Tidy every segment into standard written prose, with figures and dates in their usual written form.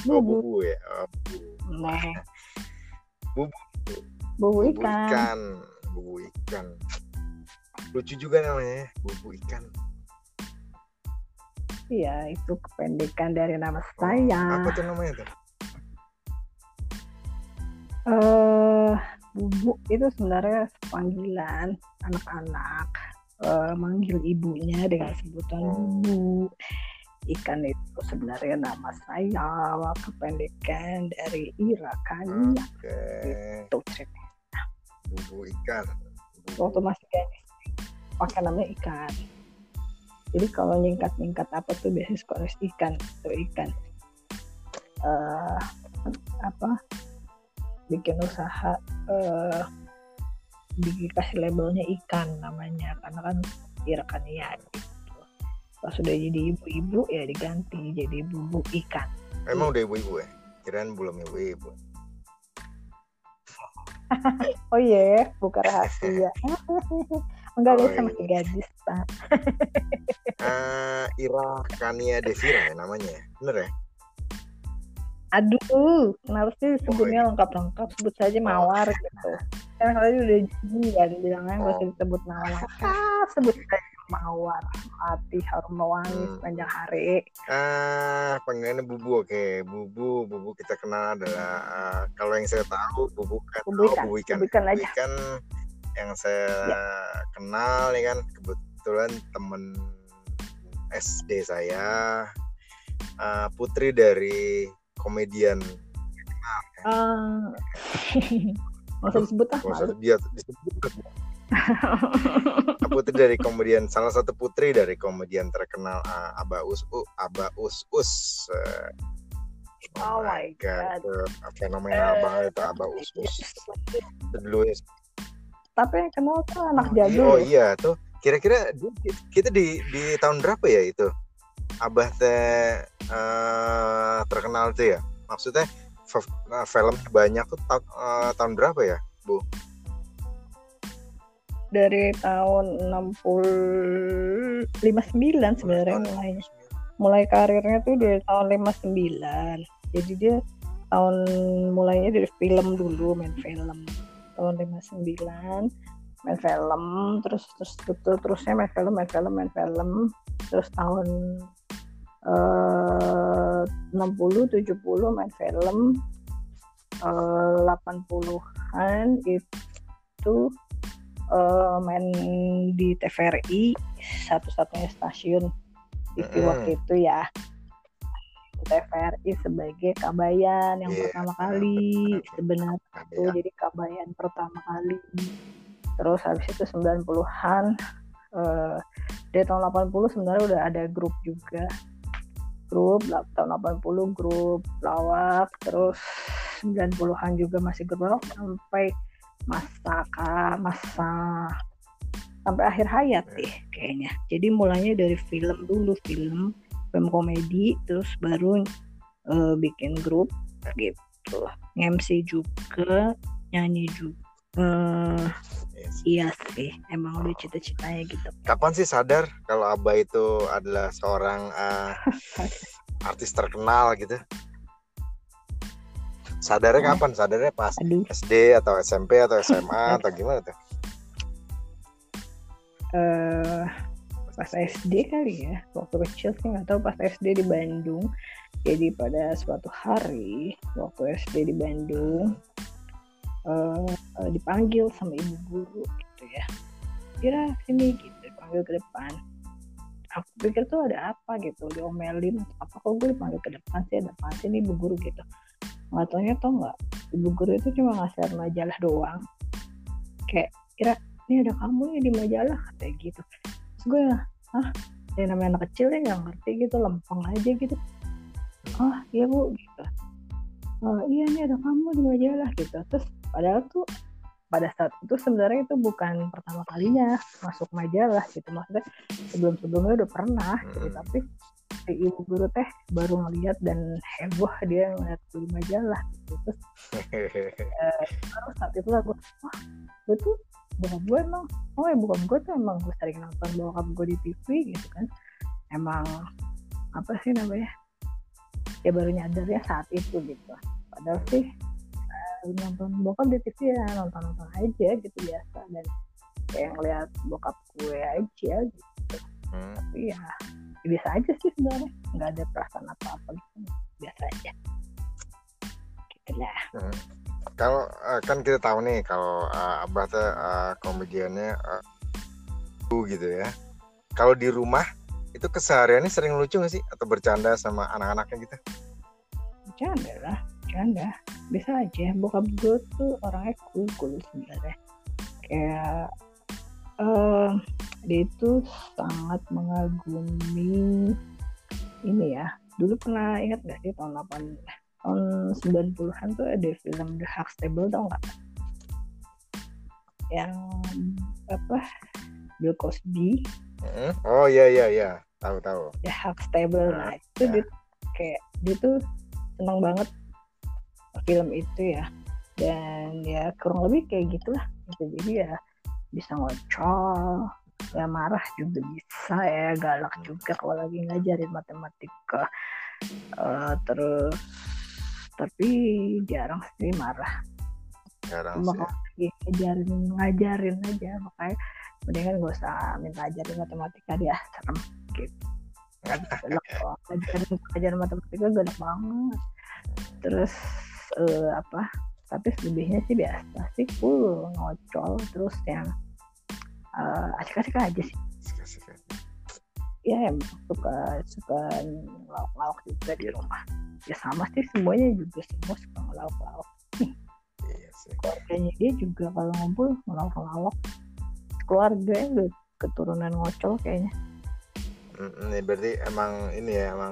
Bubu. Bubu ya. Nah, Bubu. bubu Bubu ikan. ikan. Bubu ikan. Lucu juga namanya, Bubu ikan. Iya, itu kependekan dari nama saya. Apa tuh namanya tuh? Bubu itu sebenarnya panggilan anak-anak manggil ibunya dengan sebutan bubu. Ikan itu sebenarnya nama saya, kependekan dari Ira Kania. Itu ceritanya. Bubu ikan. Waktu masih gadis pakai namanya ikan. Jadi kalau nyingkat apa tuh biasanya suka nulis ikan. Itu ikan. Bikin usaha dikasih labelnya ikan namanya karena kan Ira Kania gitu. Pas sudah jadi ibu-ibu ya diganti jadi bubu ikan. Emang udah ibu-ibu ya? Kirain belum ibu-ibu. Oh iya, bukan rahasia. Enggak, dia sama si gadis, Pak. Ira Kania Devira ya namanya ya? Bener ya? Aduh, kenapa sih sebutnya lengkap-lengkap? Sebut saja Mawar gitu. Karena tadi udah jadi kan, bilangnya nggak usah disebut nama lengkap. Sebut saja Mawar. Hati harum mewangi sepanjang hari. Panggilannya Bubu. Oke, Bubu kita kenal adalah kalau yang saya tahu Bubu ikan. Bubu ikan aja. Ikan yang saya kenal nih kan kebetulan temen SD saya, putri dari komedian. Nggak usah disebut lah. Putri dari komedian, salah satu putri dari komedian terkenal Aba Us Us. Oh my god. Fenomenal banget itu Aba Us. Dulu ya. Tapi yang kenal tuh anak jadul. Oh iya tuh. Kira-kira kita di tahun berapa ya itu? Abah teh terkenal tuh ya. Maksudnya film banyak tuh tahun berapa ya, Bu? Dari tahun 59 sebenarnya mulai karirnya tuh dari tahun 59. Jadi dia mulainya dari film dulu, main film tahun 59, main film terusnya main film terus tahun 60 70 main film, 80-an itu main di TVRI, satu-satunya stasiun TV waktu itu ya, TVRI sebagai Kabayan yang pertama kali sebenarnya itu, jadi Kabayan pertama kali. Terus habis itu 90-an, dari tahun 80 sebenarnya udah ada grup juga, tahun 80 grup lawak, terus 90-an juga masih grup lawak sampai masa sampai akhir hayat deh kayaknya. Jadi mulainya dari film dulu, film komedi, terus baru bikin grup gitu, MC juga, nyanyi juga. Iya sih, emang udah cita-citanya gitu. Kapan sih sadar kalau Aba itu adalah seorang artis terkenal gitu? Sadarnya kapan? Sadarnya pas SD atau SMP atau SMA atau gimana tuh? Pas SD kali ya, waktu kecil sih nggak tahu. Pas SD di Bandung, jadi pada suatu hari waktu SD di Bandung dipanggil sama ibu guru gitu ya, kira sini gitu, dipanggil ke depan. Aku pikir tuh ada apa gitu, diomelin apa, kok gue dipanggil ke depan sih, ada apa sih nih ibu guru gitu. Nggak taunya tau nggak, ibu guru itu cuma ngasih majalah doang, kayak kira ini ada kamu nih di majalah kayak gitu. Terus gue ya namanya anak kecil ya nggak ngerti gitu, lempeng aja gitu. Iya bu gitu. Iya nih ada kamu di majalah gitu. Terus padahal tuh pada saat itu sebenarnya itu bukan pertama kalinya masuk majalah gitu, maksudnya sebelumnya udah pernah gitu, tapi si ibu guru teh baru ngeliat dan heboh dia ngeliat di majalah gitu. Terus terus saat itu lah gue tuh bokap gue emang bokap gue tuh emang gue sering nonton bokap gue di TV gitu kan, emang apa sih namanya kayak baru nyadarnya saat itu gitu. Padahal sih nonton bokap di TV ya nonton aja gitu biasa, dan kayak ngeliat bokap gue aja gitu. Tapi ya biasa aja sih sebenarnya, nggak ada perasaan apa-apa gitu, biasa aja gitu lah. Kalau kan kita tahu nih kalau Abah tuh komediannya gitu ya. Kalau di rumah itu kesehariannya sering lucu nggak sih atau bercanda sama anak-anaknya gitu? Bercanda bisa aja. Bokap gue tuh orangnya cool sebenarnya, kayak dia itu sangat mengagumi ini ya. Dulu pernah ingat gak sih tahun 90-an tuh ada film The Huxtable, tau gak? Yang apa, Bill Cosby. Oh iya, tahu. The Huxtable. Nah itu dia tuh senang banget film itu ya, dan ya kurang lebih kayak gitulah gitu. Jadi ya bisa ngocol, ya marah juga bisa, ya galak juga kalau lagi ngajarin matematika. Terus tapi jarang sih marah. Cuma kalau lagi ngajarin aja, makanya mendingan gak usah minta ajarin matematika, dia serem gitu. Ngajarin matematika galak banget. Terus tapi selebihnya sih biasa sih, cool, ngocol, terus yang asik-asik aja sih. Ya emang suka ngelawak juga di rumah. Ya sama sih, semuanya juga semua suka ngelawak. Iya sih. Keluarganya dia juga kalau ngumpul ngelawak. Keluarganya udah keturunan ngocol kayaknya. Ini berarti emang ini ya, emang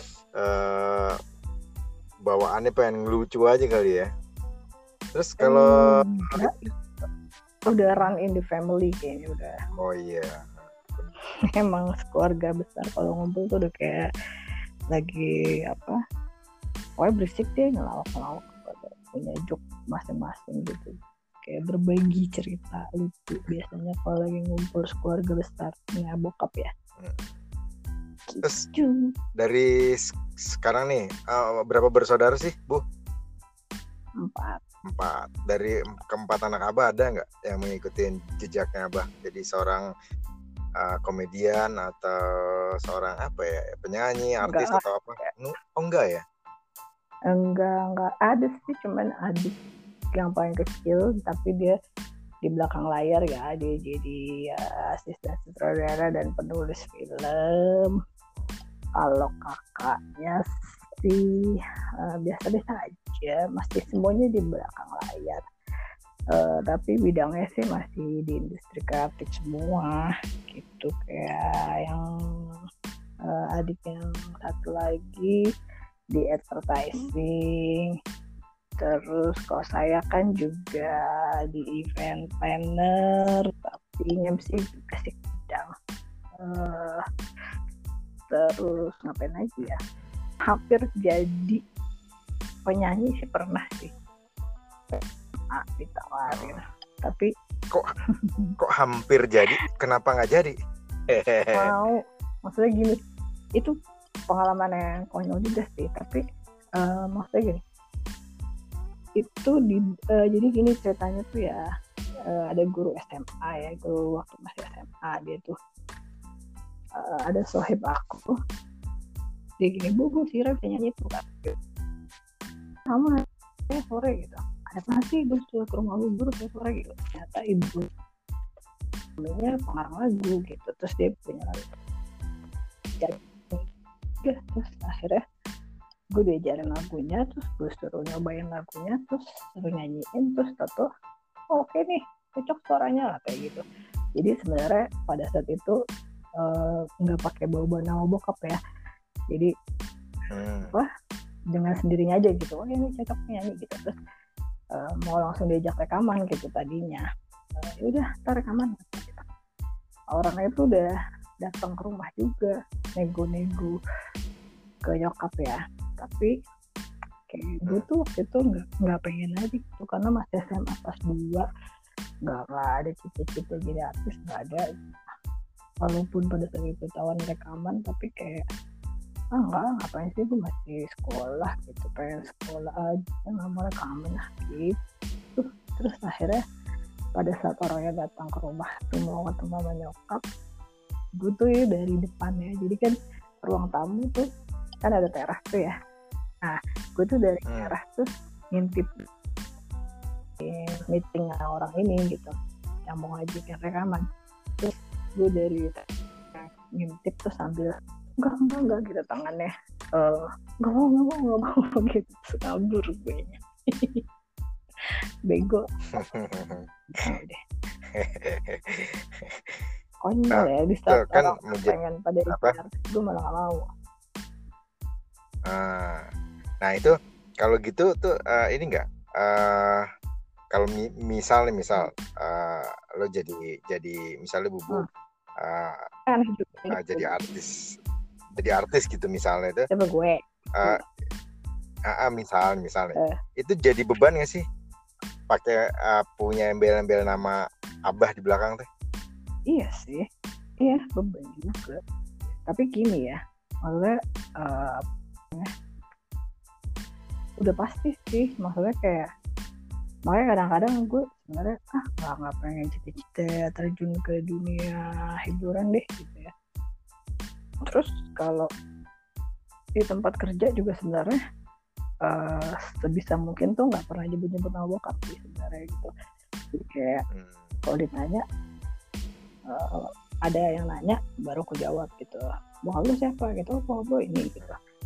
bawaannya pengen ngelucu aja kali ya. Terus kalau udah run in the family kayaknya udah. Oh iya. Emang keluarga besar kalau ngumpul tuh udah kayak lagi apa? Pokoknya berisik deh, ngelawak, punya joke masing-masing gitu. Kayak berbagi cerita lucu biasanya kalau lagi ngumpul keluarga besarnya bokap ya. Terus dari sekarang nih berapa bersaudara sih, Bu? 4. Dari keempat anak Abah ada nggak yang mengikuti jejaknya Abah jadi seorang komedian atau seorang apa ya, penyanyi, artis atau apa? Oh enggak ya? Enggak ada sih, cuman adik yang paling kecil tapi dia di belakang layar ya, dia jadi asisten sutradara dan penulis film. Kalau kakaknya sih biasa-biasa aja, masih semuanya di belakang layar. Tapi bidangnya sih masih di industri kreatif semua gitu. Kayak yang adik yang satu lagi di advertising. Terus kalau saya kan juga di event planner, tapi MC juga sih bidang. Terus ngapain lagi ya? Hampir jadi penyanyi sih pernah sih. Ditawarin, tapi kok hampir jadi, kenapa nggak jadi? Mau, maksudnya gini, itu pengalaman yang konyol juga sih, tapi maksudnya gini, itu jadi gini ceritanya tuh ya, ada guru SMA ya, guru waktu masih SMA, dia tuh ada sohib aku, dia gini, bu Sira bisa nyanyi tuh kan, sama sore gitu. Ada apa sih, gue sudah ke rumah guru sore gitu. Ternyata ibu namanya pengarang lagu gitu, terus dia punya lagu. Terus akhirnya gue diajarin lagunya, terus gue suruh nyobain lagunya, terus suruh nyanyiin, terus tato oke nih, cocok suaranya lah kayak gitu. Jadi sebenarnya pada saat itu nggak pakai bawa nama bokap ya. Jadi dengan sendirinya aja gitu, oh ini cocok nyanyi gitu. Terus mau langsung diajak rekaman gitu tadinya. Udah, ntar rekaman gitu. Orangnya itu udah datang ke rumah juga, nego-nego ke nyokap ya. Tapi kayak gue tuh waktu itu nggak pengen aja gitu, karena masih SMA pas 2, nggak ada cita-cita jadi artis, nggak ada. Walaupun pada saat itu tawan rekaman, tapi kayak enggak, ngapain sih, gue masih sekolah gitu, pengen sekolah aja, nggak mau rekaman lah gitu. Terus akhirnya pada saat orangnya datang ke rumah tuh mau ketemu sama nyokap, gue tuh ya dari depannya, jadi kan ruang tamu tuh kan ada teras tuh ya. Nah gue tuh dari teras tuh ngintip meeting orang ini gitu yang mau ngajakin rekaman. Terus gue dari ngintip tuh sambil enggak gitu tangannya, nggak mau gitu, terus kabur gue nya. Bego. Deh. Konyol ya, di saat kan orang pengen pada ikhtiar, gue malah gak mau. Nah itu kalau gitu tuh ini enggak, kalau misal lo jadi misalnya Bubu jadi artis gitu misalnya itu. Siapa gue? Misalnya itu jadi beban nggak sih pakai punya embel-embel nama Abah di belakang teh? Iya sih, iya beban juga. Tapi gini ya, maksudnya udah pasti sih, maksudnya kayak makanya kadang-kadang gue sebenarnya nggak pengen cita-cita terjun ke dunia hiburan deh gitu ya. Terus kalau di tempat kerja juga sebenarnya sebisa mungkin tuh nggak pernah nyebut nama bokap sih sebenarnya gitu. Jadi kayak kalau ditanya ada yang nanya baru aku jawab gitu, bokap lu siapa gitu, bokap lu ini gitu.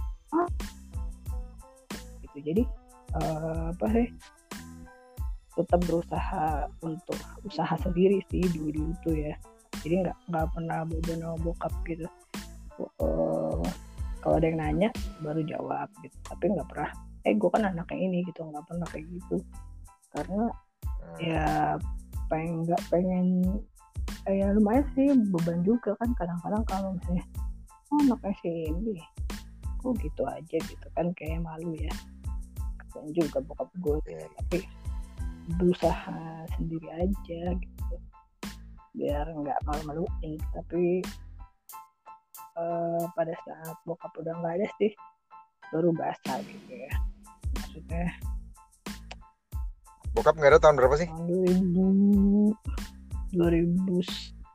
Gitu. Jadi apa sih, tetap berusaha untuk usaha sendiri sih dulu tuh ya. Jadi nggak pernah bawa nama bokap gitu. Kalau ada yang nanya baru jawab gitu, tapi nggak pernah gue kan anaknya ini gitu, nggak pernah kayak gitu. Karena ya pengen ya lumayan sih beban juga kan kadang-kadang kalau misalnya anaknya si ini kok gitu aja gitu kan, kayak malu ya. Kasian juga bokap gue gitu. Tapi berusaha sendiri aja gitu biar nggak malu-maluin. Tapi pada saat bokap udah nggak ada sih baru basah gitu ya. Maksudnya bokap nggak ada tahun berapa sih? Tahun 2010.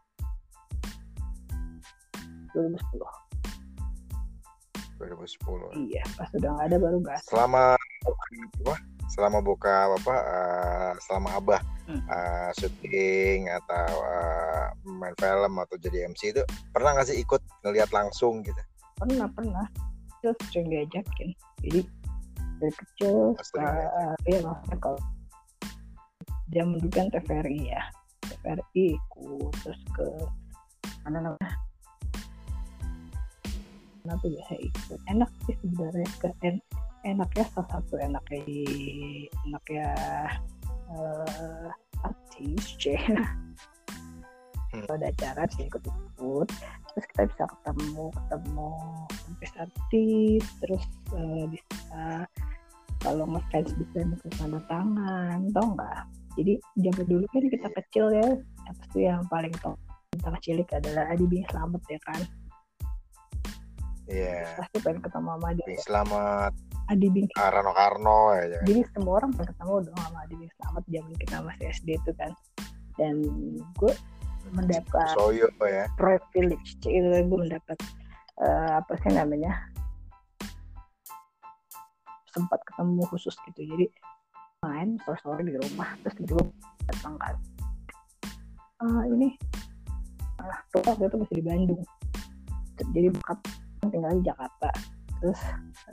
Iya, pas udah nggak ada baru basah. Selama bokap selama Abah syuting atau main film atau jadi MC itu pernah nggak sih ikut ngelihat langsung gitu? Pernah. Terus sering diajakin. Jadi dari kecil maksudnya kalau zaman dulu kan TVRI ya, TVRI ikut, terus ke mana namanya tuh biasa ikut. Enak sih sebenarnya, enaknya salah satu enaknya artis ada acara sih ikut, terus kita bisa ketemu artis, terus bisa kalau ngefans bisa minta tanda tangan, tau nggak? Jadi zaman dulu kan kita kecil ya, apa tuh yang paling top kita cilik adalah Adi Bing Slamet ya kan? Iya. Pasti pengen ketemu sama Adi Bing Slamet, Adi Bing Rano Karno ya. Jadi semua orang pengen ketemu dong sama Adi Bing Slamet zaman kita masih SD itu kan. Dan gue mendapat privilege itu, gue mendapat apa sih namanya, sempat ketemu khusus gitu. Jadi main sore di rumah, terus tiba-tiba datang kan ini tuh waktu itu masih di Bandung, jadi bokap tinggal di Jakarta, terus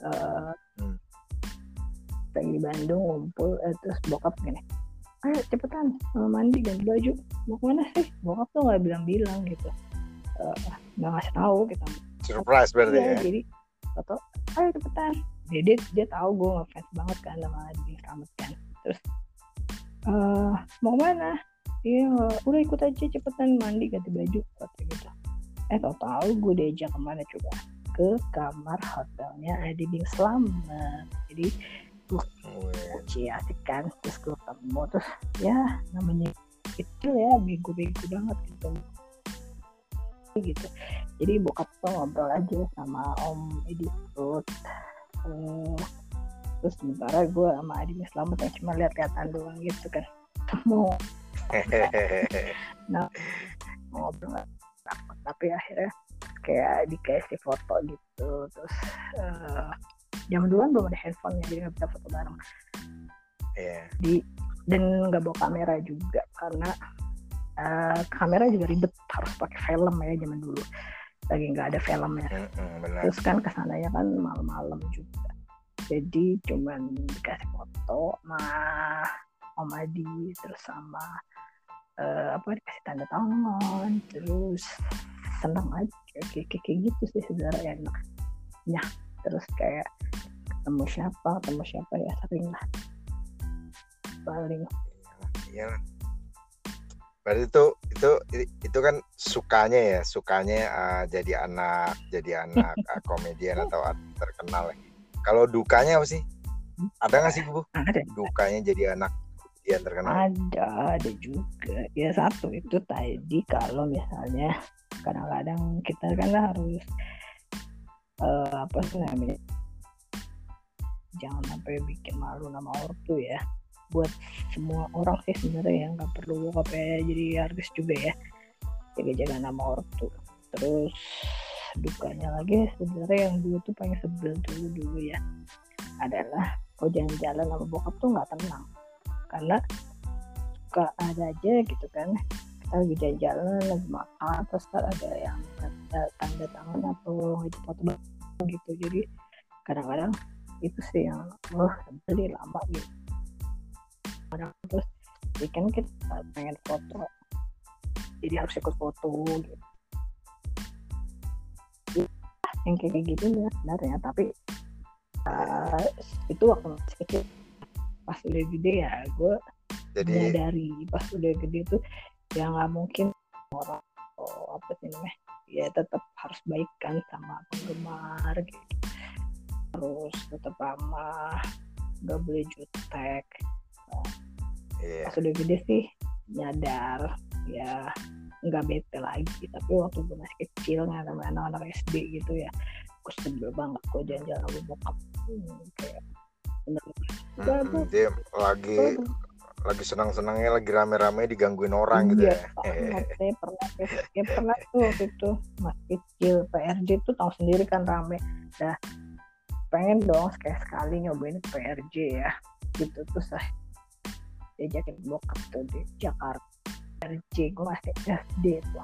lagi di Bandung ngumpul, terus bokap gini, ayo cepetan mandi ganti baju, mau kemana sih? Bokap tuh nggak bilang gitu, nggak ngasih tahu kita. Surprise berarti ya. Jadi atau ayo cepetan. Dia tahu gue ngefans banget kan sama Adi Slamet kan. Terus mau kemana? Iya udah ikut aja cepetan mandi ganti baju kata gitu. Tahu gue diajak kemana coba? Ke kamar hotelnya Adi Bing Slamet. Jadi asik kan, terus gue ketemu, terus ya namanya itu ya bego banget gitu. gitu. Jadi bokap tuh ngobrol aja sama Om Edi Perut. Terus sementara gue sama Adi Selamat yang cuma lihat-lihatan doang gitu kan. Mau nah ngobrol nggak apa, tapi akhirnya kayak dikasih foto gitu. Terus zaman duluan belum ada handphone ya, jadi nggak bisa foto bareng. Dan nggak bawa kamera juga karena kamera juga ribet, harus pakai film ya zaman dulu, lagi nggak ada filmnya. Terus kan kesananya kan malam-malam juga, jadi cuman dikasih foto sama Om Adi, terus sama dikasih tanda tangan, terus senang aja kayak gitu sih sebenarnya enaknya. Terus kayak ketemu siapa ya sering lah paling. Iya. Berarti itu kan sukanya jadi anak komedian atau artis terkenal ya. Kalau dukanya apa sih? Ada nggak sih Bu? Ada. Dukanya jadi anak komedian terkenal? Ada juga. Ya satu itu tadi, kalau misalnya kadang-kadang kita kan harus jangan sampai bikin malu nama ortu ya. Buat semua orang sih sebenarnya yang nggak perlu kayak jadi artis juga ya, jaga-jaga nama ortu. Terus dukanya lagi sebenarnya yang dulu tuh paling sebel dulu ya adalah kalau jalan-jalan sama bokap tuh nggak tenang, karena suka ada aja gitu kan, kita lagi jalan-jalan lagi makan terus ada yang tanda tangan atau itu foto gitu. Jadi kadang-kadang itu sih yang sebel lama gitu. Terus kan kita pengen foto, jadi harus ikut foto gitu. Yang kayak gitu ya sebenarnya, tapi itu waktu masih kecil. Pas udah gede ya gue menyadari, pas udah gede tuh ya nggak mungkin orang ya tetap harus baikkan sama penggemar gitu, terus tetap ramah, nggak boleh jutek. Pas udah gede sih nyadar ya nggak bete lagi, tapi waktu gue masih kecil sama anak-anak SD gitu ya, gue sebel banget gue jalan-jalan sama bokap kayak bener-bener dia lagi senang-senangnya, lagi rame-rame digangguin orang gitu ya. Saya pernah tuh waktu itu masih kecil, PRJ tuh tahu sendiri kan rame, dah pengen dong sekali nyobain PRJ ya gitu. Terus diajakin bokap tuh di Jakarta PRJ, gue masih SD tuh.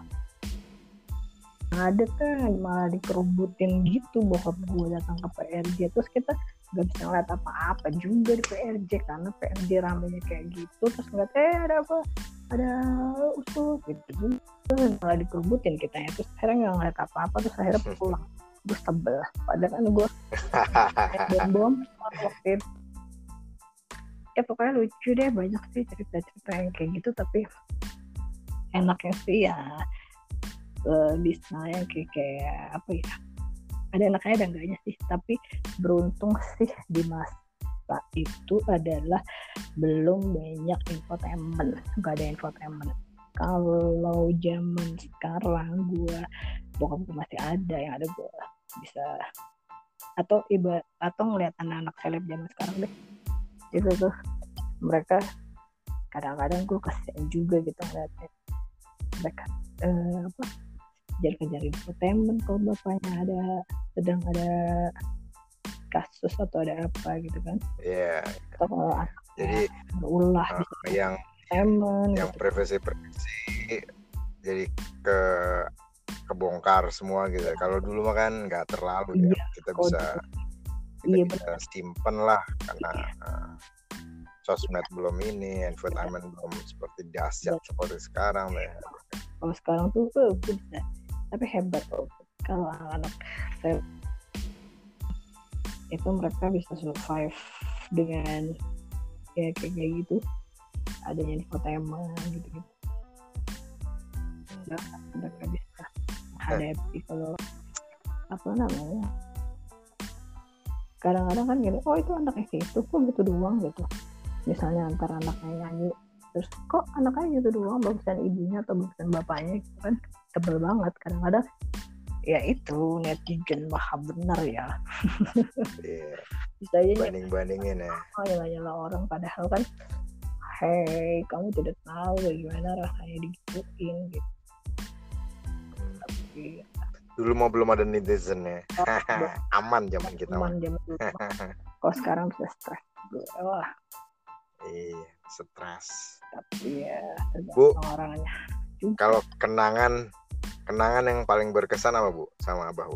Ada kan malah dikerubutin gitu bokap gue datang ke PRJ, terus kita gak bisa ngeliat apa-apa juga di PRJ karena PRJ ramenya kayak gitu. Terus ngeliat ada apa, ada usul gitu, malah dikerubutin kita ya. Terus akhirnya gak ngeliat apa-apa, terus akhirnya pulang. Gue sebel, padahal kan gue bom waktu itu. Ya pokoknya lucu deh, banyak sih cerita-cerita yang kayak gitu, tapi enaknya sih ya bisa yang kayak apa ya, ada enaknya ada enggaknya sih. Tapi beruntung sih di masa itu adalah belum banyak infotainment, nggak ada infotainment. Kalau zaman sekarang bokap gue masih ada, yang ada gue bisa atau ngeliat anak-anak seleb zaman sekarang deh itu tuh, mereka kadang-kadang gue kasihan juga gitu ngeliatnya mereka kejar-kejar infotainment kalau bapaknya sedang ada kasus atau ada apa gitu kan. Atau kalau jadi berulah yang gitu. privasi jadi kebongkar semua gitu. Kalau dulu mah kan nggak terlalu ya, kita bisa simpen lah karena sosmed belum ini, infotainment belum seperti dahsyat seperti sekarang ya. Kalau sekarang tuh bisa, tapi hebat loh kalau anak-anak itu mereka bisa survive dengan ya kayak gitu, adanya infotainment gitu. Mereka bisa menghadapi kalau kadang-kadang kan gitu, itu anaknya kayak itu kok gitu doang gitu. Misalnya antara anaknya nyanyi, terus kok anaknya gitu doang, bagusan ibunya atau bagusan bapaknya gitu kan. tebel banget kadang-kadang. Ya itu netizen maha benar ya. Iya. Bisa aja Banding-bandingin ya. nyala orang padahal kan, hei kamu tidak tahu bagaimana rasanya digituin gitu. Tapi dulu mau belum ada netizen ya. Aman zaman kita. aman zaman dulu. Kok sekarang bisa stres gue. Wah. Iya, stres. Tapi ya Bu, tergantung orangnya. Kalau kenangan yang paling berkesan apa Bu sama Abah Bu?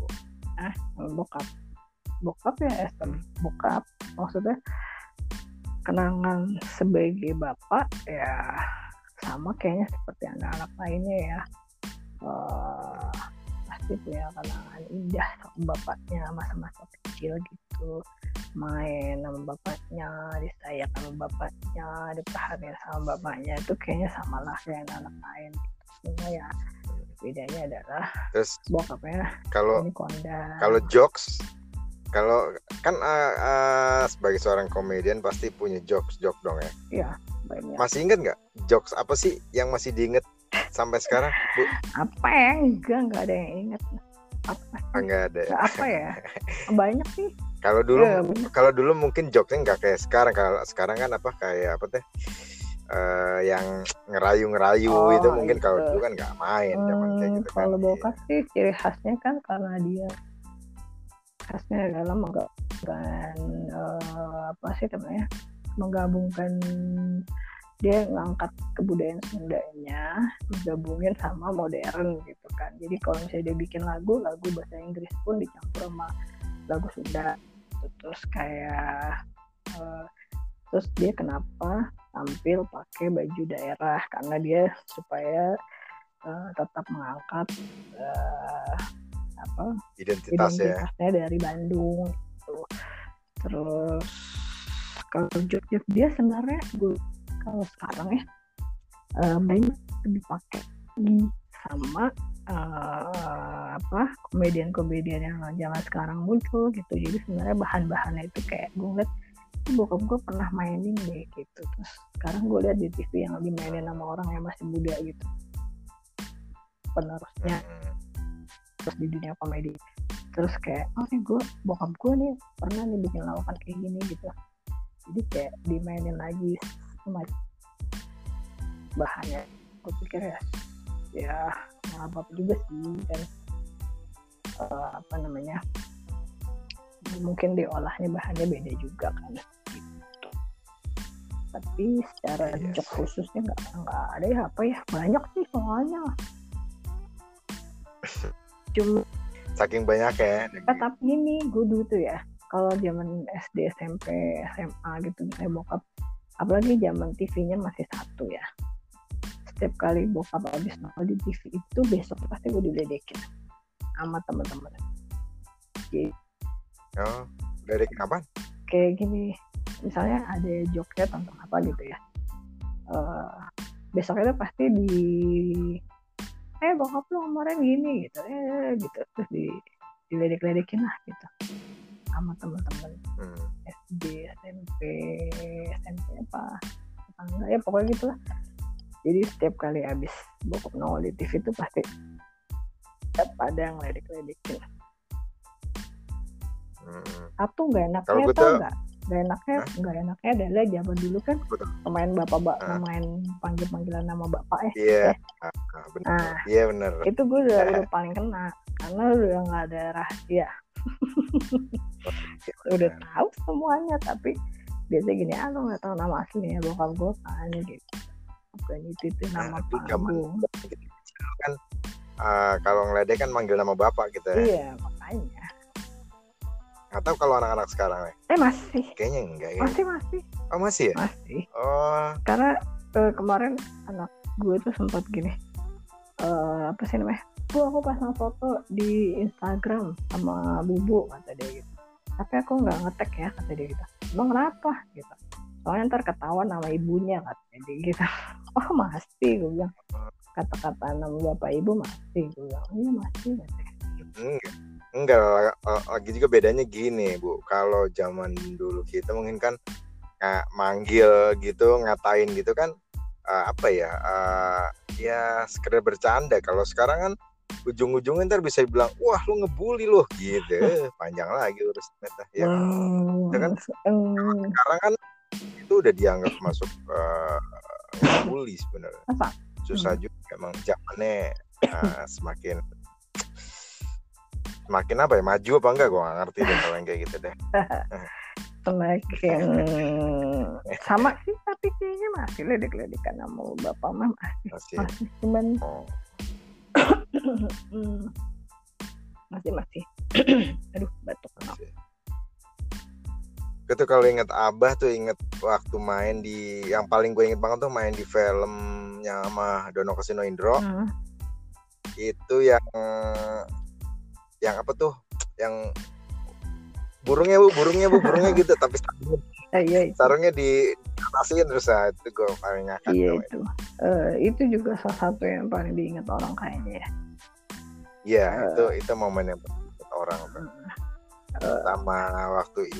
Bokap ya bokap. Maksudnya kenangan sebagai bapak ya sama kayaknya seperti anak-anak lainnya ya. Pasti punya kenangan indah sama bapaknya masa-masa kecil gitu, main sama bapaknya, disayang sama bapaknya, diperhatiin sama bapaknya, itu kayaknya sama lah kayak anak lain gitu. Cuma ya bedanya adalah terus bokapnya kalau jokes, kalau kan sebagai seorang komedian pasti punya jokes dong ya. Iya banyak. Masih ingat nggak jokes apa sih yang masih diinget sampai sekarang Bu? Apa ya, enggak ada yang ingat apa sih? Enggak ada. Apa ya, banyak sih. Kalau dulu mungkin jokesnya nggak kayak sekarang. Kalau sekarang kan apa kayak apa teh yang ngerayu itu mungkin kalau dulu kan nggak main zaman kayak gitu kan. Kalau bokap sih ciri khasnya kan karena dia khasnya adalah menggabungkan dia ngangkat kebudayaan Sundanya digabungin sama modern gitu kan. Jadi kalau misalnya dia bikin lagu bahasa Inggris pun dicampur sama lagu Sunda. Terus kayak terus dia kenapa tampil pakai baju daerah, karena dia supaya tetap mengangkat identitasnya dari Bandung gitu. Terus kalau jok-jok dia sebenarnya kalau sekarang ya banyak dipakai sama komedian-komedian yang zaman sekarang muncul gitu. Jadi sebenarnya bahan-bahannya itu kayak gue ngeliat bokap gue pernah mainin deh gitu. Terus sekarang gue lihat di TV yang dimainin sama orang yang masih muda gitu, penerusnya terus di dunia komedi. Terus kayak bokap gue nih pernah nih bikin lawakan kayak gini gitu. Jadi kayak dimainin lagi sama bahannya. Gue pikir ya nggak apa-apa juga sih, dan mungkin diolahnya bahannya beda juga kan gitu. Tapi secara jok khususnya nggak ada ya, banyak sih soalnya. Cuma saking banyak ya. Tapi ini gue dulu tuh ya, kalau zaman SD, SMP, SMA gitu, misalnya bokap, apalagi zaman TV-nya masih satu ya. Setiap kali bokap habis nongol di TV itu besok pasti gue diledekin sama teman-teman. Jadi ledekin apa? Kayak gini, misalnya ada joknya tentang apa gitu ya. Besoknya tuh pasti bokap lu kemarin gini gitu, gitu, terus diledek-ledekin lah gitu sama teman-teman SD, SMP apa enggak ya, pokoknya gitu lah. Jadi setiap kali habis bokap nongol di TV itu pasti ada yang ledek-ledekin. Atau nggak enaknya nggak enaknya adalah zaman dulu kan main main panggilan nama bapak ya. Iya benar. Itu gue udah paling kena karena udah nggak ada rahasia. Udah tahu semuanya, tapi biasanya gini, lo nggak tahu nama aslinya bokap gue kan gitu. Bukan itu nama panggung. Kan kalau ngeledek kan manggil nama bapak gitu ya. Iya makanya. Atau kalau anak-anak sekarang masih. Kayaknya enggak ya. Masih. Oh masih ya? Masih. Oh. Karena kemarin anak gue tuh sempat gini. Bu, aku pasang foto di Instagram sama Bubu, kata dia gitu. Tapi aku nggak nge-tag ya, kata dia gitu. Emang kenapa? Gitu. Soalnya ntar ketahuan sama ibunya, katanya dia gitu. Oh masih, gue bilang. Kata-kata nama bapak ibu masih, gue bilang. Iya masih, katanya. Enggak, lagi juga bedanya gini Bu, kalau zaman dulu kita mungkin kan manggil gitu, ngatain gitu kan ya sekedar bercanda. Kalau sekarang kan ujung-ujungnya ntar bisa bilang wah lu ngebully lo gitu. Panjang lagi urusannya ya. Kan sekarang kan itu udah dianggap masuk ngebully sebenarnya. Susah juga emang zamannya semakin apa ya, maju apa enggak gue nggak ngerti deh kalau yang kayak gitu deh. Semakin sama sih, tapi kayaknya masih ledek-ledekan sama bapak mama masih cuman masih aduh batuk masih. Itu kalau inget Abah tuh inget waktu main di, yang paling gue inget banget tuh main di filmnya sama Dono Kasino Indro. Itu yang apa tuh, yang burungnya gitu tapi sarungnya diatasin terus. Itu gue paling ngakak. Iya itu juga salah satu yang paling diingat orang kayaknya ya. Iya itu momen yang diingat orang sama waktu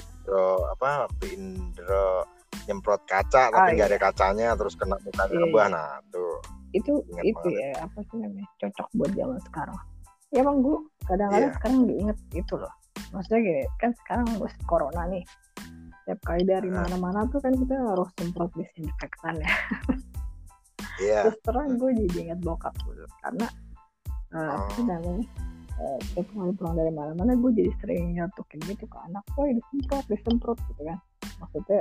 Indro nyemprot kaca tapi nggak ada kacanya terus kena muka Abah. Nah tuh itu ya apa sih namanya, cocok buat zaman sekarang. Ya emang gue kadang-kadang sekarang diinget itu loh. Maksudnya gini, kan sekarang musim corona nih. Setiap kali dari mana-mana tuh kan kita harus semprot disinfektan ya. Terus terang gue jadi inget bokap dulu. Karena apa namanya, setiap kali pulang dari mana-mana gue jadi sering nyatukin gitu ke anak. Wah disemprot gitu kan. Maksudnya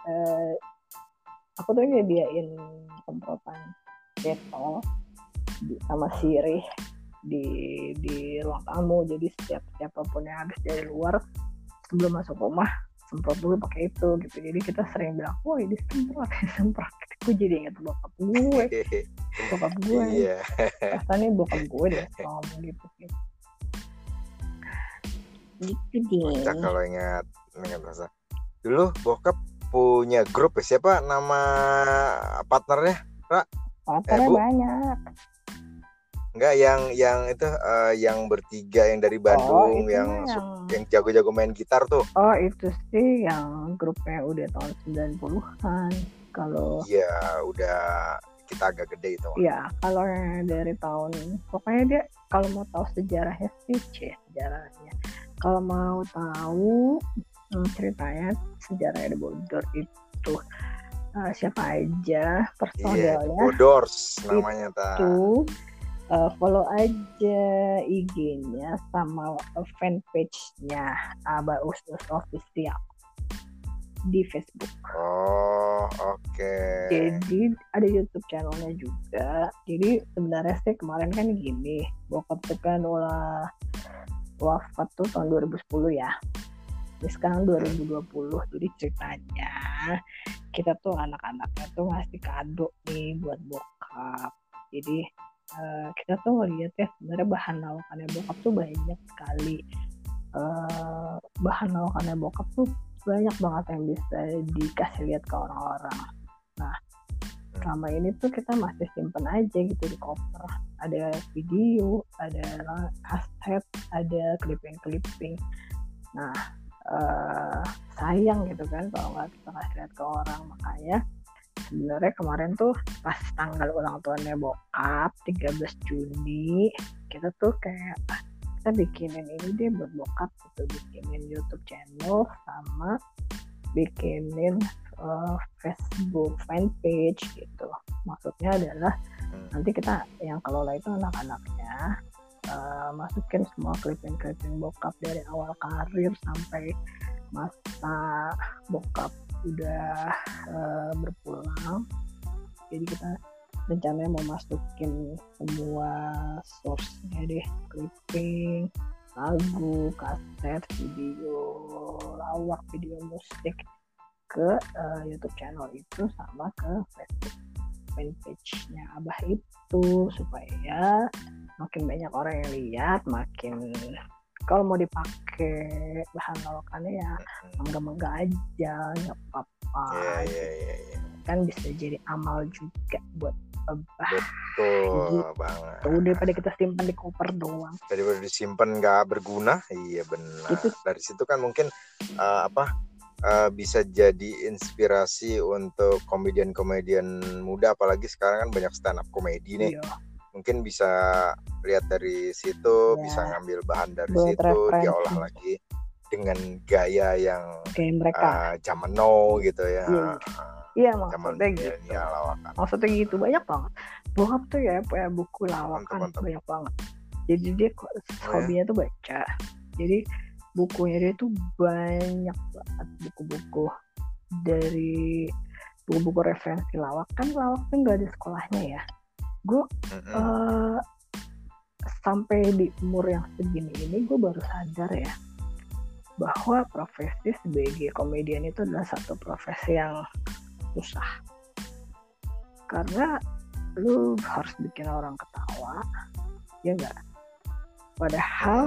aku tuh nyediain semprotan detol sama sirih di ruang tamu. Jadi siapapun yang habis dari luar sebelum masuk rumah semprot dulu pakai itu gitu. Jadi kita sering bilang woi disemprot. Gue jadi inget bokap gue rasanya bokap gue deh ngomong gitu deh. Kalau ingat rasa dulu bokap punya grup ya, siapa nama partnernya? Partnernya banyak. Enggak, yang itu yang bertiga yang dari Bandung, yang jago-jago main gitar tuh. Oh itu sih yang grupnya udah tahun 90-an. Kalau iya udah kita agak gede itu. Iya, kalau dari tahun, pokoknya dia kalau mau tahu sejarahnya sih sejarahnya. Kalau mau tahu ceritanya sejarahnya di Bodor itu siapa aja personelnya. Bodors namanya itu follow aja IG-nya sama fanpage-nya Abah Us Official di Facebook. Oh, oke. Jadi ada YouTube channelnya juga. Jadi sebenarnya sih kemarin kan gini, bokap tuh kan wafat tuh tahun 2010 ya. Jadi sekarang 2020. Jadi ceritanya kita tuh anak-anaknya tuh ngasih kado nih buat bokap. Jadi kita tuh ngeliat ya sebenarnya bahan lawakannya bokap tuh banyak sekali. Bahan lawakannya bokap tuh banyak banget yang bisa dikasih lihat ke orang-orang. Nah, selama ini tuh kita masih simpen aja gitu di koper. Ada video, ada kaset, ada clipping. Nah, sayang gitu kan kalau nggak kita kasih lihat ke orang. Makanya sebenarnya kemarin tuh pas tanggal ulang tahunnya bokap 13 Juni kita tuh kayak kita bikinin ini deh buat bokap gitu, bikinin YouTube channel sama bikinin Facebook fanpage gitu. Maksudnya adalah nanti kita yang kelola itu anak-anaknya, masukin semua clipping bokap dari awal karir sampai masa bokap udah berpulang. Jadi kita rencananya mau masukin semua source-nya deh, clipping, lagu, kaset, video lawak, video musik ke YouTube channel itu sama ke Facebook fanpage-nya Abah itu, supaya makin banyak orang yang lihat, makin kalau mau dipakai bahan lawakannya ya mangga-mangga aja, nggak apa-apa. Iya. Kan bisa jadi amal juga buat Abah. Betul banget. Daripada kita simpan di koper doang. Daripada disimpan nggak berguna, iya benar. Gitu. Dari situ kan mungkin bisa jadi inspirasi untuk komedian-komedian muda, apalagi sekarang kan banyak stand up komedi nih. Iya. mungkin bisa lihat dari situ, Ya, bisa ngambil bahan dari buat situ, referensi. diolah lagi dengan gaya yang Kayak mereka. zaman now gitu ya. Iya Zaman maksudnya gitu. milenial lawakan. Maksudnya gitu banyak banget. Bokap tuh ya punya buku lawakan Mantap. banyak banget. Jadi dia hobinya tuh baca. Jadi bukunya dia tuh banyak banget buku-buku dari buku-buku referensi lawak. Kan lawak tuh nggak ada sekolahnya ya. Gue sampai di umur yang segini ini gue baru sadar ya bahwa profesi sebagai komedian itu adalah satu profesi yang susah. Karena lu harus bikin orang ketawa, ya enggak? Padahal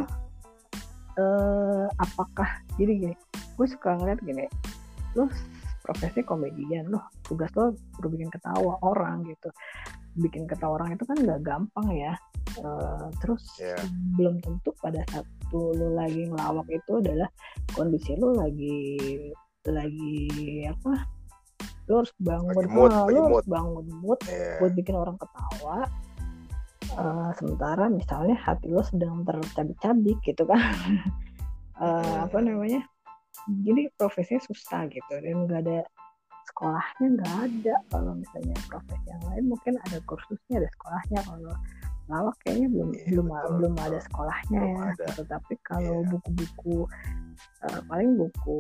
apakah jadi gini, gue suka ngeliat gini, lu profesi komedian, lu tugas lu bikin ketawa orang gitu. Bikin ketawa orang itu kan nggak gampang ya. Terus belum tentu pada saat lu lagi ngelawak itu adalah kondisi lu lagi apa? Lu harus bangun mood buat bikin orang ketawa. Sementara misalnya hati lu sedang tercabik-cabik gitu kan. Apa namanya? Jadi profesinya susah gitu dan nggak ada sekolahnya, nggak ada. Kalau misalnya profesi yang lain mungkin ada kursusnya, ada sekolahnya. Kalau lawak kayaknya belum ada sekolahnya ya. Tetapi kalau buku-buku paling buku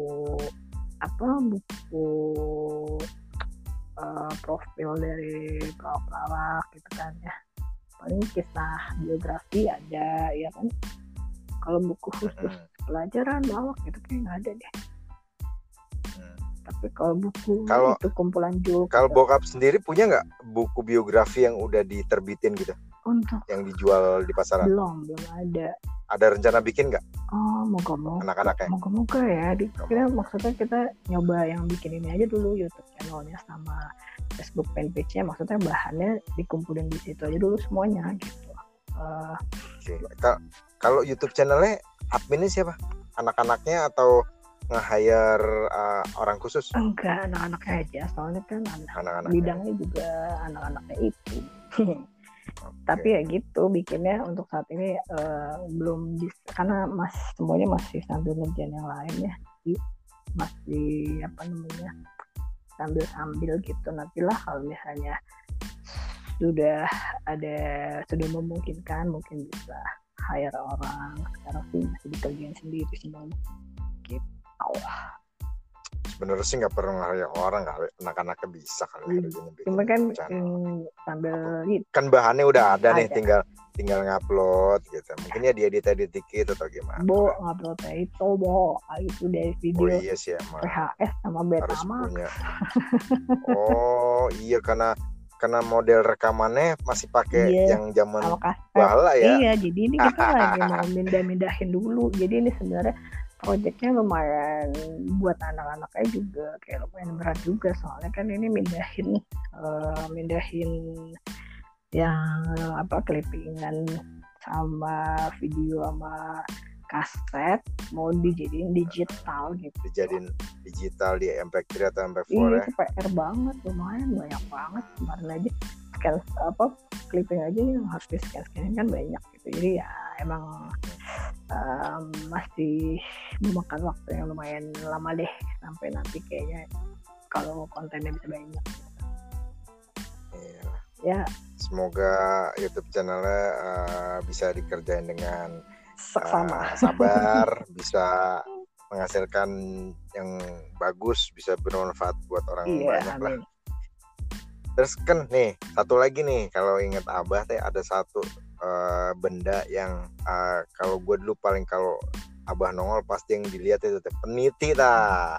profil dari pelawak gitu kan ya, paling kisah biografi ada ya kan. Kalau buku khusus pelajaran lawak itu kayak nggak ada deh. Tapi kalau buku itu kumpulan jul. Kalau bokap sendiri punya nggak buku biografi yang udah diterbitin gitu? Untuk yang dijual di pasaran? Belum ada. Ada rencana bikin nggak? Oh, moga-moga. Anak-anaknya? Moga-moga ya. Maksudnya kita nyoba yang bikin ini aja dulu, YouTube channelnya sama Facebook fanpage-nya. Maksudnya bahannya dikumpulin di situ aja dulu semuanya gitu. Kalau YouTube channelnya adminnya siapa? Anak-anaknya atau nge-hire orang khusus? Enggak, anak-anaknya aja. Soalnya kan bidangnya juga anak-anaknya itu. Tapi ya gitu bikinnya untuk saat ini belum bisa, karena semuanya masih sambil ngerjain yang lain ya, masih sambil gitu. Nantilah kalau misalnya sudah memungkinkan mungkin bisa hire orang. Sekarang sih masih dikerjain sendiri semuanya gitu. Sebenarnya sih nggak perlu nge-hire orang kali, anak-anaknya bisa kali. Cuma kan sambil gitu. Kan bahannya udah ada nih, tinggal ngupload gitu. Mungkin ya dia edit dikit atau gimana. Ngupload itu itu dari video. Oh iya sih emang. PHS sama Betamax. Oh iya, karena model rekamannya masih pakai yang zaman bahala ya. Iya, jadi ini kita lagi mau mindahin dulu. Jadi ini sebenarnya proyeknya lumayan buat anak-anaknya juga, kayak lumayan berat juga, soalnya kan ini mindahin yang clippingan sama video sama kaset mau dijadiin digital gitu. Dijadiin digital di MP3 atau MP4 ya. Itu PR banget, lumayan banyak banget. Kemarin aja clipping aja yang harus di scan kan banyak gitu. Jadi ya emang masih memakan waktu yang lumayan lama deh sampai nanti kayaknya kalau kontennya bisa banyak. Iya. Ya. Semoga YouTube channelnya bisa dikerjain dengan sabar, bisa menghasilkan yang bagus, bisa bermanfaat buat orang banyak lah. Terus kan nih satu lagi nih, kalau inget Abah teh ada satu benda yang kalau gue dulu paling kalau Abah nongol pasti yang dilihat itu peniti ta.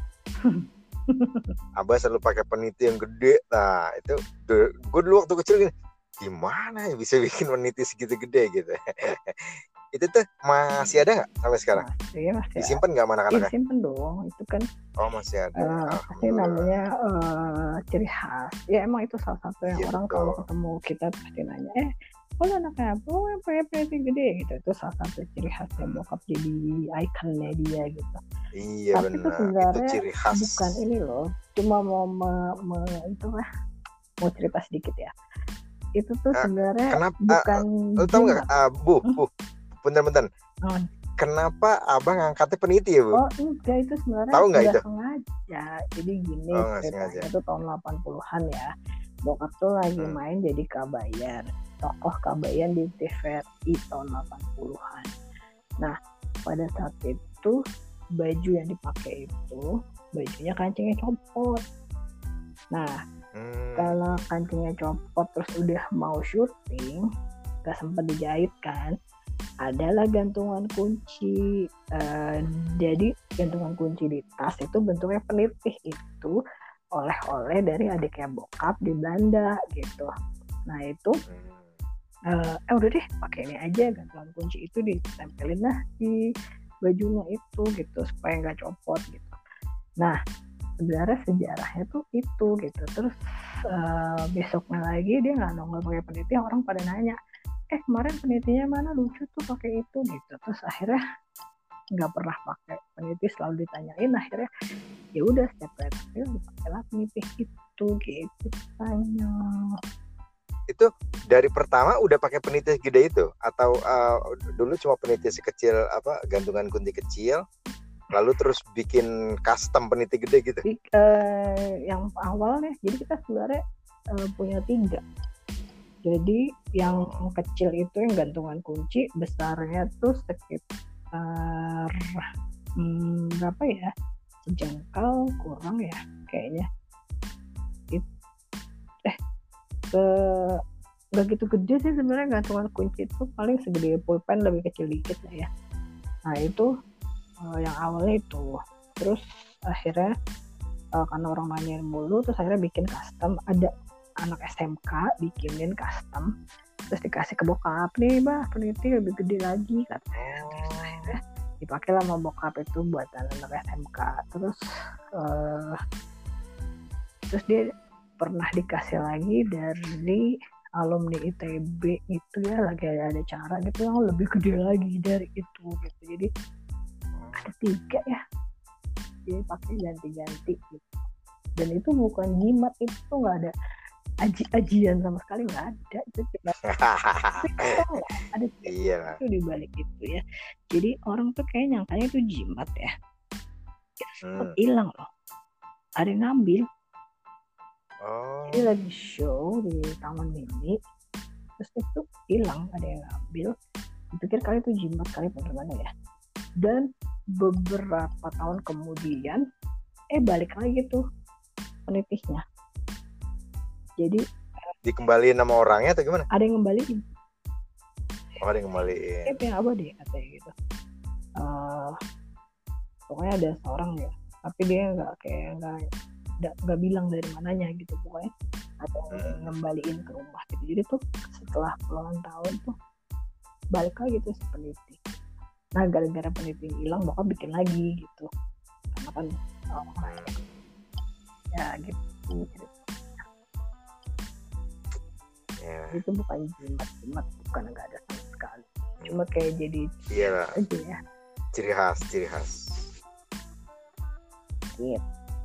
Abah selalu pakai peniti yang gede ta. Itu gue dulu waktu kecil gini, gimana ya bisa bikin peniti segitu gede gitu. Itu tuh masih ada nggak sampai sekarang? Masih disimpan nggak mana anak-anaknya? Disimpan dong, itu kan. Oh masih ada. Pasti namanya ciri khas. Ya emang itu salah satu yang orang betul. Kalau ketemu kita pasti nanya, anaknya apa? Yang peniti gede gitu. Itu salah satu ciri khasnya bokap, jadi ikonnya dia gitu. Iya benar. Tapi itu sebenarnya itu ciri khas. Bukan ini loh. Cuma mau cerita sedikit ya. itu tuh sebenarnya kenapa bukan lu tahu nggak jimat. Bu bentar Oh, kenapa abang angkatnya peniti ya Bu? oh enggak, itu sebenarnya Tahu nggak nggak itu? sengaja. Jadi gini Oh nggak sengaja. ceritanya tuh tahun 80-an ya. Bokap tuh lagi main jadi Kabayan. Tokoh Kabayan di TVRI tahun 80-an. Nah, pada saat itu baju yang dipakai itu bajunya kancingnya copot. Nah, kalau kancingnya copot terus udah mau syuting, gak sempat dijahit kan, adalah gantungan kunci. Jadi gantungan kunci di tas itu bentuknya penitih, itu oleh-oleh dari adiknya bokap di Belanda gitu. Nah itu udah deh pakai ini aja, gantungan kunci itu ditempelin lah di bajunya itu gitu supaya nggak copot gitu. Nah sebenarnya sejarahnya tuh itu gitu. Terus besoknya lagi dia nggak nongol pakai peniti, orang pada nanya, kemarin penitinya mana, lucu tuh pakai itu gitu. Terus akhirnya nggak pernah pakai peniti, selalu ditanyain. Akhirnya ya udah setiap kali dipakailah peniti itu gitu tanya. Itu dari pertama udah pakai peniti gede itu atau dulu cuma peniti sekecil apa gantungan kunci kecil lalu terus bikin custom peniti gede gitu? Yang awalnya jadi kita sebenarnya punya 3. Jadi yang kecil itu yang gantungan kunci, besarnya tuh sekitar berapa ya, sejengkal kurang ya kayaknya. Gak gitu gede sih sebenarnya gantungan kunci itu, paling segede pulpen, lebih kecil dikit lah ya. Nah itu yang awalnya itu. Terus akhirnya karena orang nanyain mulu, terus akhirnya bikin custom. Ada anak SMK bikinin custom, terus dikasih ke bokap, nih bah peniti lebih gede lagi katanya. Terus akhirnya dipakai sama bokap itu buatan anak SMK. Terus dia pernah dikasih lagi dari alumni ITB itu ya, lagi ada acara gitu yang lebih gede lagi dari itu gitu. Jadi ada 3 ya, jadi pakai ganti-ganti gitu. Dan itu bukan jimat, itu tuh nggak ada ajian sama sekali, nggak ada. Itu cuma ada itu di balik itu ya. Jadi orang tuh kayak nyangkanya itu jimat ya, itu hilang loh, ada yang ngambil. Jadi lagi show di Taman Mini, terus itu hilang, ada yang ngambil. Dipikir kali itu jimat kali bagaimana ya. Dan beberapa tahun kemudian balik lagi tuh penitihnya. Jadi dikembaliin sama orangnya atau gimana? Ada yang ngembaliin. Oh, ada yang ngembaliin. Yang apa deh katanya gitu. Pokoknya ada seorang ya, tapi dia nggak bilang dari mananya gitu. Pokoknya ada yang ngembaliin ke rumah gitu. Jadi tuh setelah puluhan tahun tuh balik lagi tuh si peniti. Nah gara-gara peniti hilang, bokap bikin lagi gitu, karena kan ya gitu. Itu bukan jimat, bukan, nggak ada sama sekali. Cuma kayak jadi aja ya, ciri khas gitu.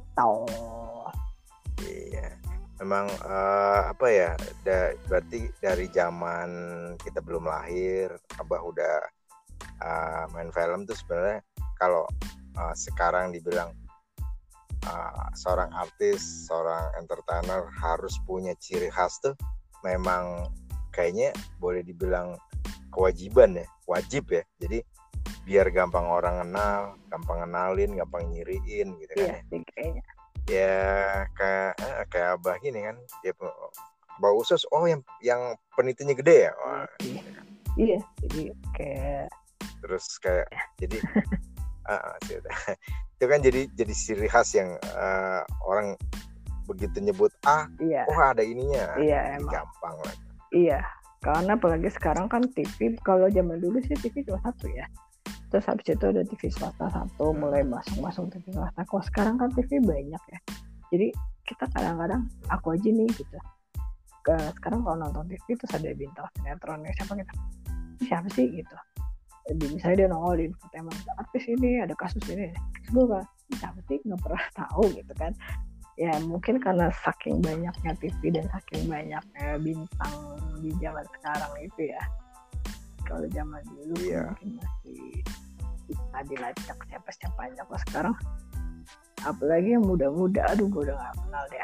Iya, memang apa ya, berarti dari zaman kita belum lahir Abah udah main film tuh. Sebenarnya kalau sekarang dibilang seorang artis, seorang entertainer harus punya ciri khas tuh memang kayaknya boleh dibilang kewajiban ya, wajib ya. Jadi biar gampang orang kenal, gampang kenalin, gampang nyiriin gitu kan. Iya, kayaknya. Ya kayak Abah gini kan, dia Abah Usus, yang penitinya gede ya. Wah, iya, jadi kayak terus kayak jadi itu kan jadi ciri khas yang orang begitu nyebut ada ininya, iya, gampang lah. Iya, karena apalagi sekarang kan TV, kalau zaman dulu sih TV cuma 1 ya, terus habis itu ada TV swasta 1, mulai masuk TV swasta. Kalau sekarang kan TV banyak ya, jadi kita kadang-kadang aku aja nih gitu, sekarang kalau nonton TV terus ada bintang sinetron siapa sih gitu, misalnya dia nongolin emang artis ini, ada kasus ini, terus gue kan siapa sih, nggak pernah tahu gitu kan. Ya mungkin karena saking banyaknya TV dan saking banyaknya bintang di zaman sekarang itu ya. Kalau zaman dulu mungkin masih bisa dilacak siapa-siapa aja. Kalau sekarang apalagi yang muda-muda, aduh gue udah gak kenal deh.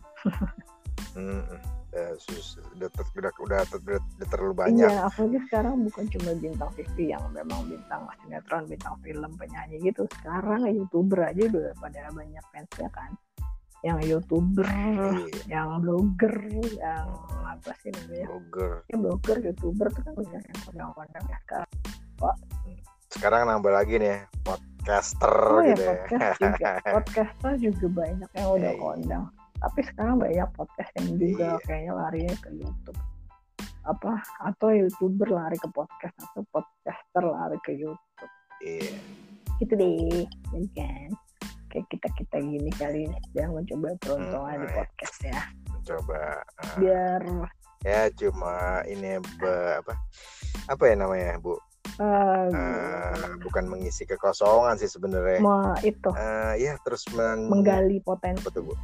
Udah terlalu banyak. Iya, apalagi sekarang bukan cuma bintang TV yang memang bintang sinetron, bintang film, penyanyi gitu. Sekarang YouTuber aja udah pada banyak fansnya kan. Yang YouTuber, yang blogger, yang apa sih namanya? Blogger, YouTuber tuh kan banyak yang kondang-kondang ya sekarang. Sekarang nambah lagi nih podcaster gitu ya. Podcaster juga banyak yang udah kondang. Tapi sekarang banyak podcast yang juga kayaknya larinya ke YouTube. Atau YouTuber lari ke podcast atau podcaster lari ke YouTube. Iya. Gitu deh, kan? Kayak kita gini kali ini sedang mencoba peruntungan di podcast ya. Mencoba. Biar. Ya cuma ini apa ya namanya Bu? Bukan mengisi kekosongan sih sebenarnya. Itu. Ya terus menggali potensi. Betul Bu.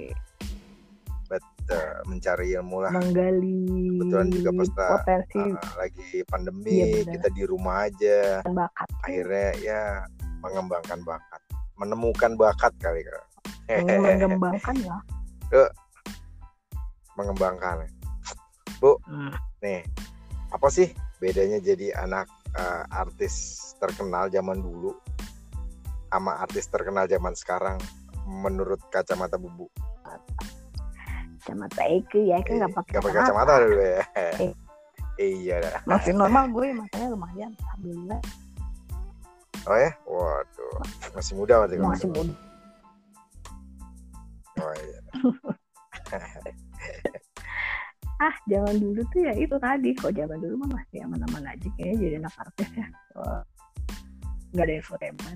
Mencari ilmu lah. Menggali kebetulan juga potensi. Lagi pandemi, kita di rumah aja. Bakat. Akhirnya ya mengembangkan bakat, menemukan bakat kali kan. Mengembangkan ya. Mengembangkan. Bu, nih apa sih bedanya jadi anak artis terkenal zaman dulu sama artis terkenal zaman sekarang menurut kacamata Bubu? Kacamata itu ya kan nggak pakai kacamata dulu ya. Iya dah. Masih normal gue, matanya lumayan, alhamdulillah. Oh ya, waduh, masih muda berarti. Masih muda. Oh iya. Zaman dulu tuh ya itu tadi. Kok zaman dulu mah masih aman-aman aja kayaknya jadi anak artis ya. Nggak ada infotainment.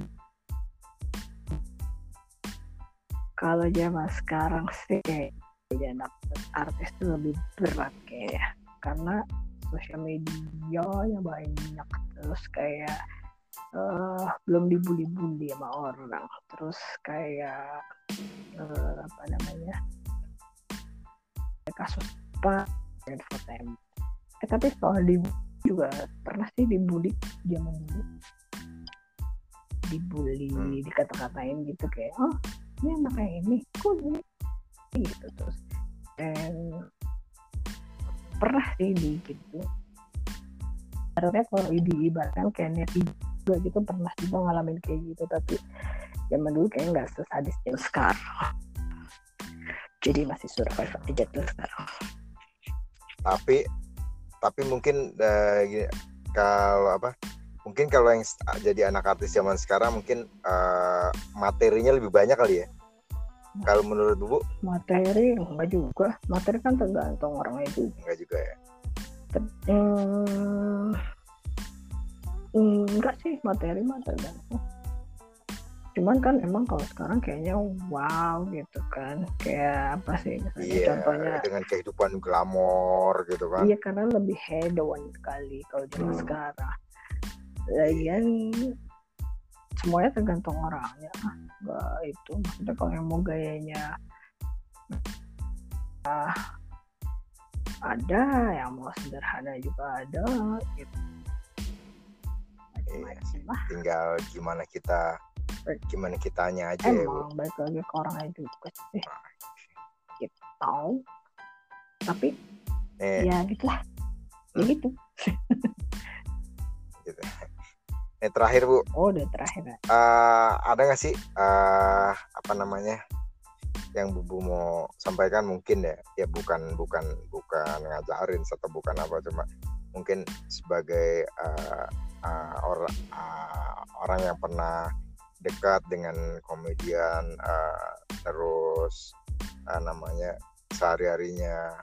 Kalau zaman sekarang sih kayak jadi anak artis tuh lebih berat kayaknya. Karena sosial medianya banyak. Terus kayak belum dibully-bully sama orang. Terus kayak apa namanya, kasus infotainment. Tapi soal dibully juga pernah sih dibully zaman dulu. Dibully, dikata-katain gitu kayak, ini anak kayak ini, kok ini gitu terus. Dan pernah sih di gitu. Karena kalau diibaratkan kayak netizen juga gitu, pernah juga ngalamin kayak gitu, tapi zaman dulu kayaknya nggak sesadis yang sekarang. Jadi masih survive aja tuh sekarang. Tapi mungkin mungkin kalau yang jadi anak artis zaman sekarang mungkin materinya lebih banyak kali ya. Kalau menurut Bu? Materi enggak juga. Materi kan tergantung orangnya juga. Enggak juga ya. Enggak sih, materi mah tergantung. Cuman kan emang kalau sekarang kayaknya wow gitu kan, kayak apa sih misalnya contohnya dengan kehidupan glamor gitu kan. Iya, karena lebih hedon kali kalau zaman sekarang. Lagian semuanya tergantung orangnya. Enggak itu maksudnya kalau yang mau gayanya ada, yang mau sederhana juga ada gitu. Tinggal gimana kitanya aja. Emang balik lagi ke orangnya juga sih gitu. Tapi ya gitulah gitu. Gitu. Terakhir Bu. Udah terakhir. Ada nggak sih apa namanya yang Bubu mau sampaikan mungkin ya bukan ngajarin atau bukan apa, cuma mungkin sebagai orang yang pernah dekat dengan komedian, terus namanya sehari-harinya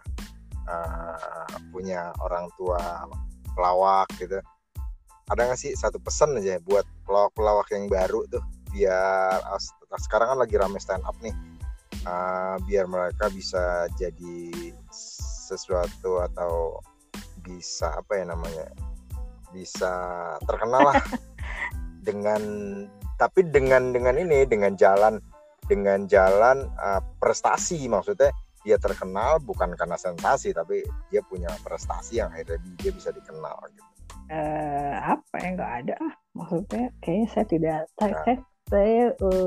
punya orang tua pelawak gitu. Ada nggak sih satu pesan aja buat pelawak-pelawak yang baru tuh, biar sekarang kan lagi rame stand up nih, biar mereka bisa jadi sesuatu atau bisa apa ya namanya, bisa terkenal lah dengan jalan dengan jalan prestasi. Maksudnya dia terkenal bukan karena sensasi, tapi dia punya prestasi yang akhirnya dia bisa dikenal gitu. Apa ya, nggak ada maksudnya kayaknya saya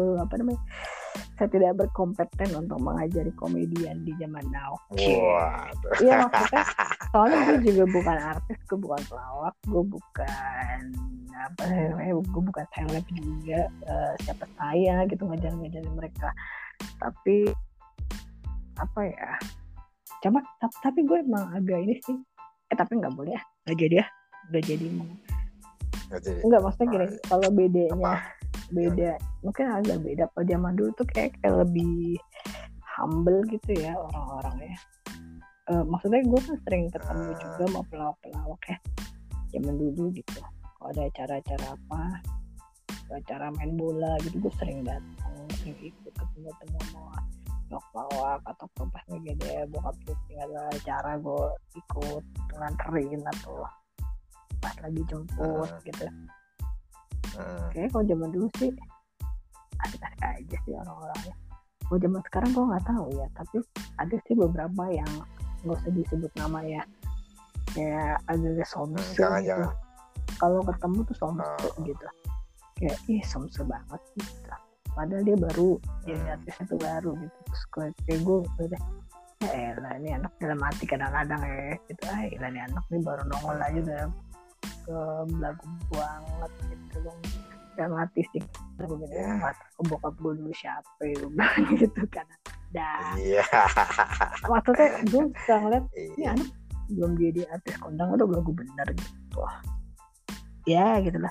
tidak berkompeten untuk mengajari komedian di zaman now. Iya maksudnya soalnya gue juga bukan artis, gue bukan pelawak, gue bukan gue bukan seleb juga. Siapa saya gitu ngajarin mereka, tapi apa ya, tapi gue emang agak ini sih, tapi nggak boleh ya, nggak jadi nggak, maksudnya gini, kalau bedanya beda mungkin agak beda. Kalau zaman dulu tuh kayak lebih humble gitu ya orang-orangnya. Maksudnya gue kan sering ketemu juga sama pelawak ya zaman dulu gitu. Kalau ada acara-acara acara main bola gitu, gue sering datang, sering ikut ketemu sama pelawak, atau pas ngegede bokap syuting ada acara gue ikut nganterin atau pas lagi jemput gitu. Kayaknya kalau zaman dulu sih asik-asik aja sih orang-orangnya. Kalau zaman sekarang gue nggak tahu ya, tapi ada sih beberapa yang nggak usah disebut nama ya, kayak agak somse gitu. Kalau ketemu tuh somse gitu, kayak somse banget gitu. Padahal dia baru jadi artis itu baru gitu. Terus kayak gue udah elah ini anak dalam hati kadang-kadang ya gitu. Elah ini anak nih baru nongol aja dalam belagu banget gitu loh. Gak mati sih aku gini, aku bokap gue dulu siapa gitu kan. Maksudnya gue bisa ngeliat ini anak belum jadi artis kondang udah belagu bener gitu ya gitulah.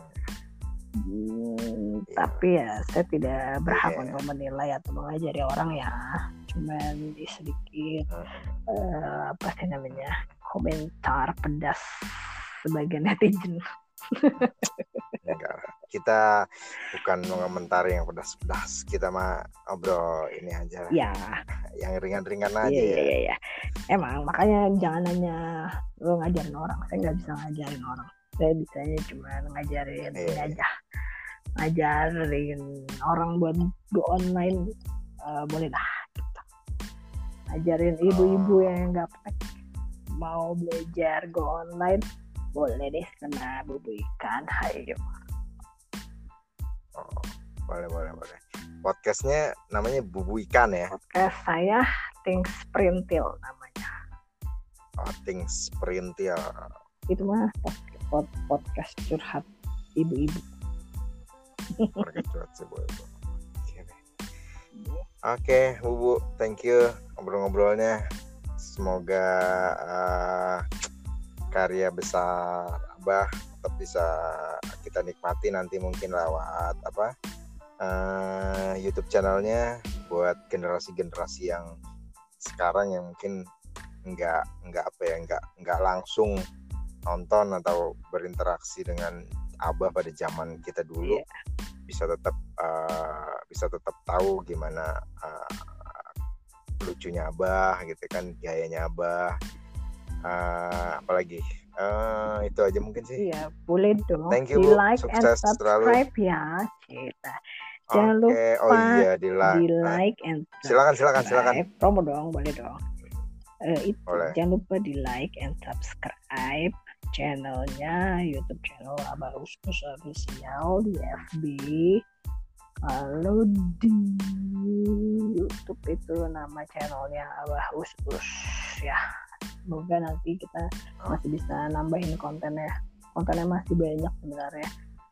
Tapi ya saya tidak berhak untuk menilai atau mengajari orang ya, cuman sedikit komentar pedas sebagian netizen. Enggak, kita bukan mengomentari yang pedas-pedas, kita mah ngobrol ini aja ya, yang ringan-ringan aja. Iya. Emang makanya jangan nanya lo ngajarin orang, saya nggak bisa ngajarin orang, saya bisanya cuma ngajarin ini aja, ngajarin orang buat go online, boleh lah gitu. Ngajarin ibu-ibu yang gaptek mau belajar go online, boleh deh kena bubu ikan. Hayo. Boleh. Podcastnya namanya Bubu Ikan ya? Podcast saya Things Perintil namanya. Things Perintil. Itu mah podcast curhat ibu-ibu. Podcast curhat ibu-ibu. Oke, Bubu, thank you ngobrol-ngobrolnya. Semoga karya besar Abah tetap bisa kita nikmati nanti mungkin lewat YouTube channelnya buat generasi-generasi yang sekarang yang mungkin nggak langsung nonton atau berinteraksi dengan Abah pada zaman kita dulu, bisa tetap tahu gimana lucunya Abah gitu kan, gayanya Abah. Apalagi itu aja mungkin sih. Iya, boleh dong. Thank you, di like sukses and subscribe selalu. Ya kita. Jangan lupa di like and subscribe. Silakan. Promo dong, boleh dong. Boleh. Jangan lupa di like and subscribe channelnya, YouTube channel Abah Us-Us Official di FB. Kalau di YouTube itu nama channelnya Abah Us-Us ya. Semoga nanti kita masih bisa nambahin kontennya masih banyak sebenarnya.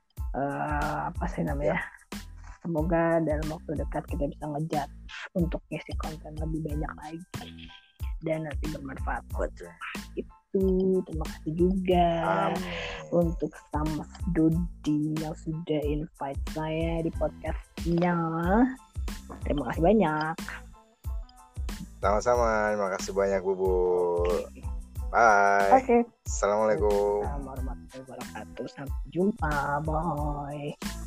Semoga dalam waktu dekat kita bisa ngejar untuk ngisi konten lebih banyak lagi dan nanti bermanfaat buat itu. Terima kasih juga untuk Samas Dodi yang sudah invite saya di podcastnya. Terima kasih banyak. Sama-sama, terima kasih banyak Bubu. Bye. Oke. Assalamualaikum. Warahmatullahi wabarakatuh. Sampai jumpa. Bye.